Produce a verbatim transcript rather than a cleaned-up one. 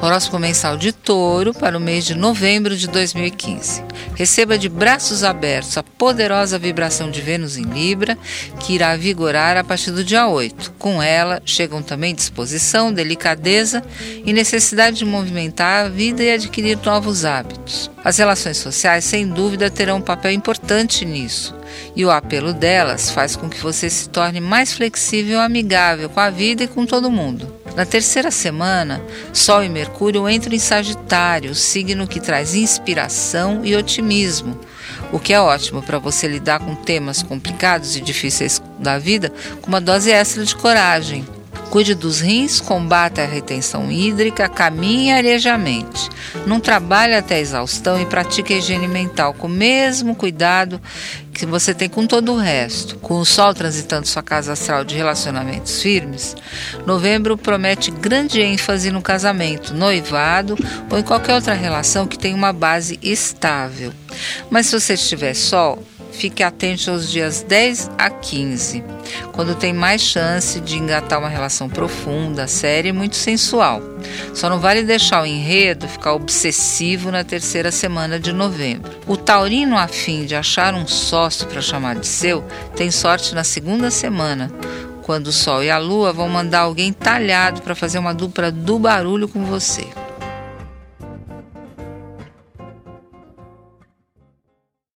Horóscopo mensal de Touro para o mês de novembro de dois mil e quinze. Receba de braços abertos a poderosa vibração de Vênus em Libra, que irá vigorar a partir do dia oito. Com ela, chegam também disposição, delicadeza e necessidade de movimentar a vida e adquirir novos hábitos. As relações sociais, sem dúvida, terão um papel importante nisso, e o apelo delas faz com que você se torne mais flexível e amigável com a vida e com todo mundo. Na terceira semana, Sol e Mercúrio entram em Sagitário, signo que traz inspiração e otimismo, o que é ótimo para você lidar com temas complicados e difíceis da vida com uma dose extra de coragem. Cuide dos rins, combata a retenção hídrica, caminhe arejamente. Não trabalhe até a exaustão e pratique a higiene mental com o mesmo cuidado que você tem com todo o resto. Com o Sol transitando sua casa astral de relacionamentos firmes, novembro promete grande ênfase no casamento, noivado ou em qualquer outra relação que tenha uma base estável. Mas se você tiver Sol, fique atento aos dias dez a quinze, quando tem mais chance de engatar uma relação profunda, séria e muito sensual. Só não vale deixar o enredo ficar obsessivo na terceira semana de novembro. O taurino a fim de achar um sócio para chamar de seu tem sorte na segunda semana, quando o Sol e a Lua vão mandar alguém talhado para fazer uma dupla do barulho com você.